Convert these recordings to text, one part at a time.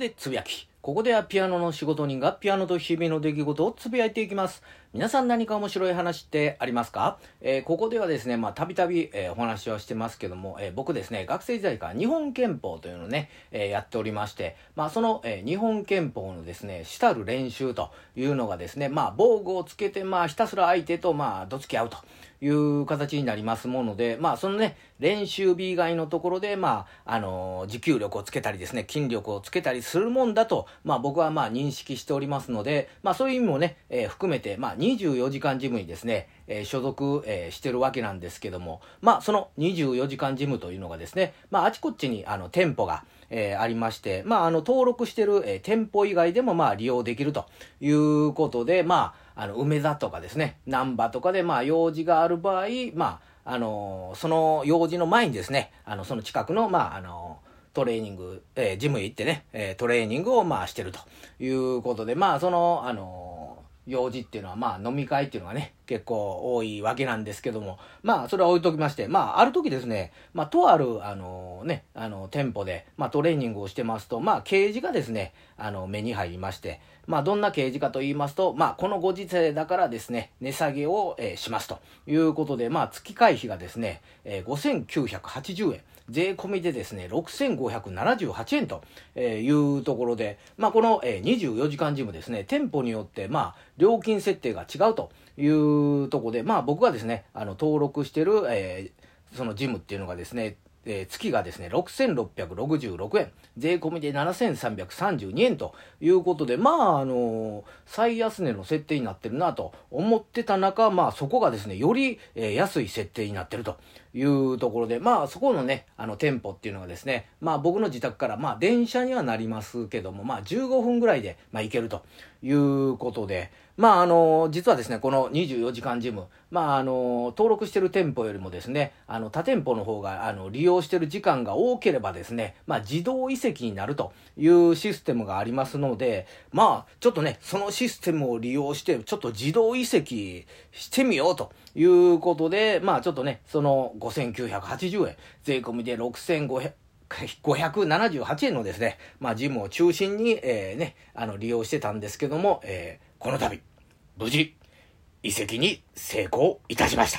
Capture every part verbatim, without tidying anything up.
でつぶやき。ここではピアノの仕事人がピアノと日々の出来事をつぶやいていきます。皆さん何か面白い話ってありますか？えー、ここではですね、まあたびたびお話はしてますけども、えー、僕ですね、学生時代から日本憲法というのをね、えー、やっておりまして、まあその、えー、日本憲法のですね、主たる練習というのがですね、まあ防具をつけて、まあひたすら相手とまあどつき合うという形になりますもので、まあそのね、練習日以外のところで、まあ、あのー、持久力をつけたりですね、筋力をつけたりするもんだと、まあ僕はまあ認識しておりますので、まあそういう意味もね、えー、含めて、まあにじゅうよじかんジムにですね、えー、所属、えー、してるわけなんですけども、まあそのにじゅうよじかんジムというのがですね、まああちこちにあの店舗が、えー、ありまして、まああの登録してる、えー、店舗以外でもまあ利用できるということで、まああの梅田とかですね、難波とかでまあ用事がある場合、まああのー、その用事の前にですね、あのその近くのまああのー、トレーニング、えー、ジムへ行ってね、えー、トレーニングをまあしてるということで、まあそのあのー用事っていうのはまあ飲み会っていうのがね結構多いわけなんですけども、まあそれは置いときまして、まあある時ですね、まあとあるあのねあの店舗でまあトレーニングをしてますと、まあ掲示がですねあの目に入りまして、まあどんな掲示かと言いますと、まあこのご時世だからですね値下げを、えー、しますということで、まあ月会費がですね、えー、ごせんきゅうひゃくはちじゅうえん、税込みでですねろくせんごひゃくななじゅうはちえんというところで、まあこのにじゅうよじかんジムですね、店舗によってまあ料金設定が違うというところで、まあ僕がですねあの登録してる、えー、そのジムっていうのがですね、えー、月がですねろくせんろっぴゃくろくじゅうろくえん、税込みでななせんさんびゃくさんじゅうにえんということで、まああのー、最安値の設定になってるなと思ってた中、まあそこがですねより、えー、安い設定になってるというところで、まあそこのねあの店舗っていうのがですね、まあ僕の自宅からまあ電車にはなりますけども、まあじゅうごふんぐらいでまあ行けるということで、まああの実はですねこのにじゅうよじかんジム、まああの登録してる店舗よりもですねあの他店舗の方があの利用してる時間が多ければですね、まあ自動移籍になるというシステムがありますので、まあちょっとねそのシステムを利用してちょっと自動移籍してみようということで、まあちょっとねそのごせんきゅうひゃくはちじゅうえん、税込みでろくせんごひゃくごひゃくななじゅうはちえんのですね、まあジムを中心に、えー、ねあの利用してたんですけども、えー、この度無事移籍に成功いたしました。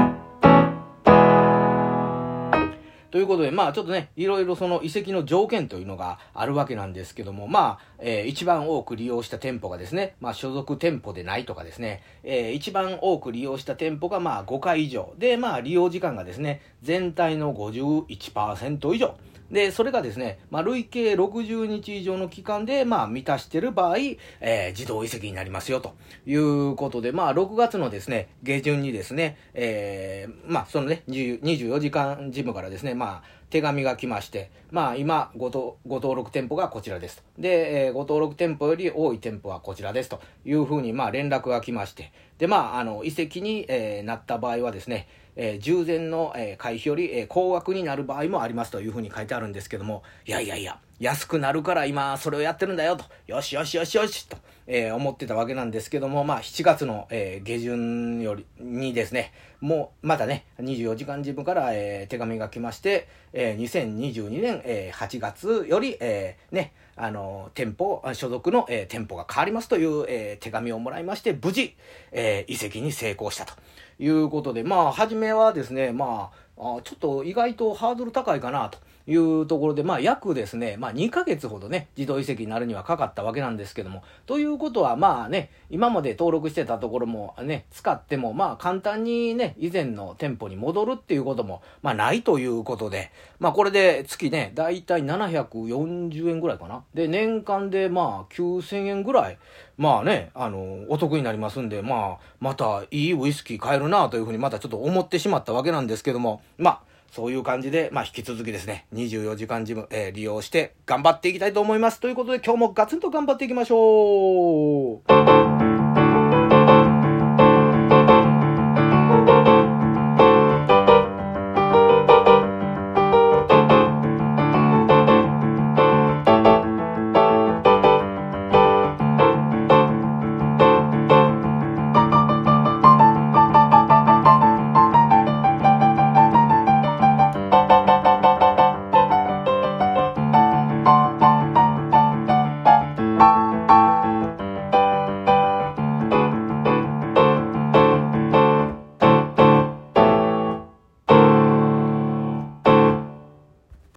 ということで、まあちょっとね、いろいろその移籍の条件というのがあるわけなんですけども、まあ、えー、一番多く利用した店舗がですね、まあ所属店舗でないとかですね、えー、一番多く利用した店舗がまあごかい以上で、まあ利用時間がですね、全体の ごじゅういちパーセント 以上。で、それがですね、まあ、累計ろくじゅうにち以上の期間で、まあ、満たしている場合、えー、自動移籍になりますよ、ということで、まあ、ろくがつのですね、下旬にですね、えー、まあ、そのね、にじゅうよじかんジムからですね、まあ、手紙が来まして、まあ、今ごと、ご登録店舗がこちらですと。で、えー、ご登録店舗より多い店舗はこちらですというふうに、まあ、連絡が来まして、で、まあ、あの、移籍に、えー、なった場合はですね、えー、従前の、えー、会費より、えー、高額になる場合もありますというふうに書いてあるんですけども、いやいやいや、安くなるから今それをやってるんだよと、よしよしよしよしと、えー、思ってたわけなんですけども、まあしちがつの、えー、下旬よりにですね、もうまたねにじゅうよじかんジムから、えー、手紙が来まして、えー、にせんにじゅうにねん、えー、はちがつより、えー、ねあの店舗所属の、えー、店舗が変わりますという、えー、手紙をもらいまして、無事、えー、移籍に成功したということで、まあ初めはですね、まあ、あちょっと意外とハードル高いかなというところで、まあ約ですね、まあにかげつほどね、自動移籍になるにはかかったわけなんですけども、ということはまあね、今まで登録してたところもね、使ってもまあ簡単にね、以前の店舗に戻るっていうこともまあないということで、まあこれで月ね、だいたいななひゃくよんじゅうえんぐらいかな。で、年間でまあきゅうせんえんぐらい、まあね、あの、お得になりますんで、まあ、またいいウイスキー買えるなというふうにまたちょっと思ってしまったわけなんですけども、まあ、そういう感じで、まあ、引き続きですね、にじゅうよじかんジム、えー、利用して頑張っていきたいと思います。ということで、今日もガツンと頑張っていきましょう。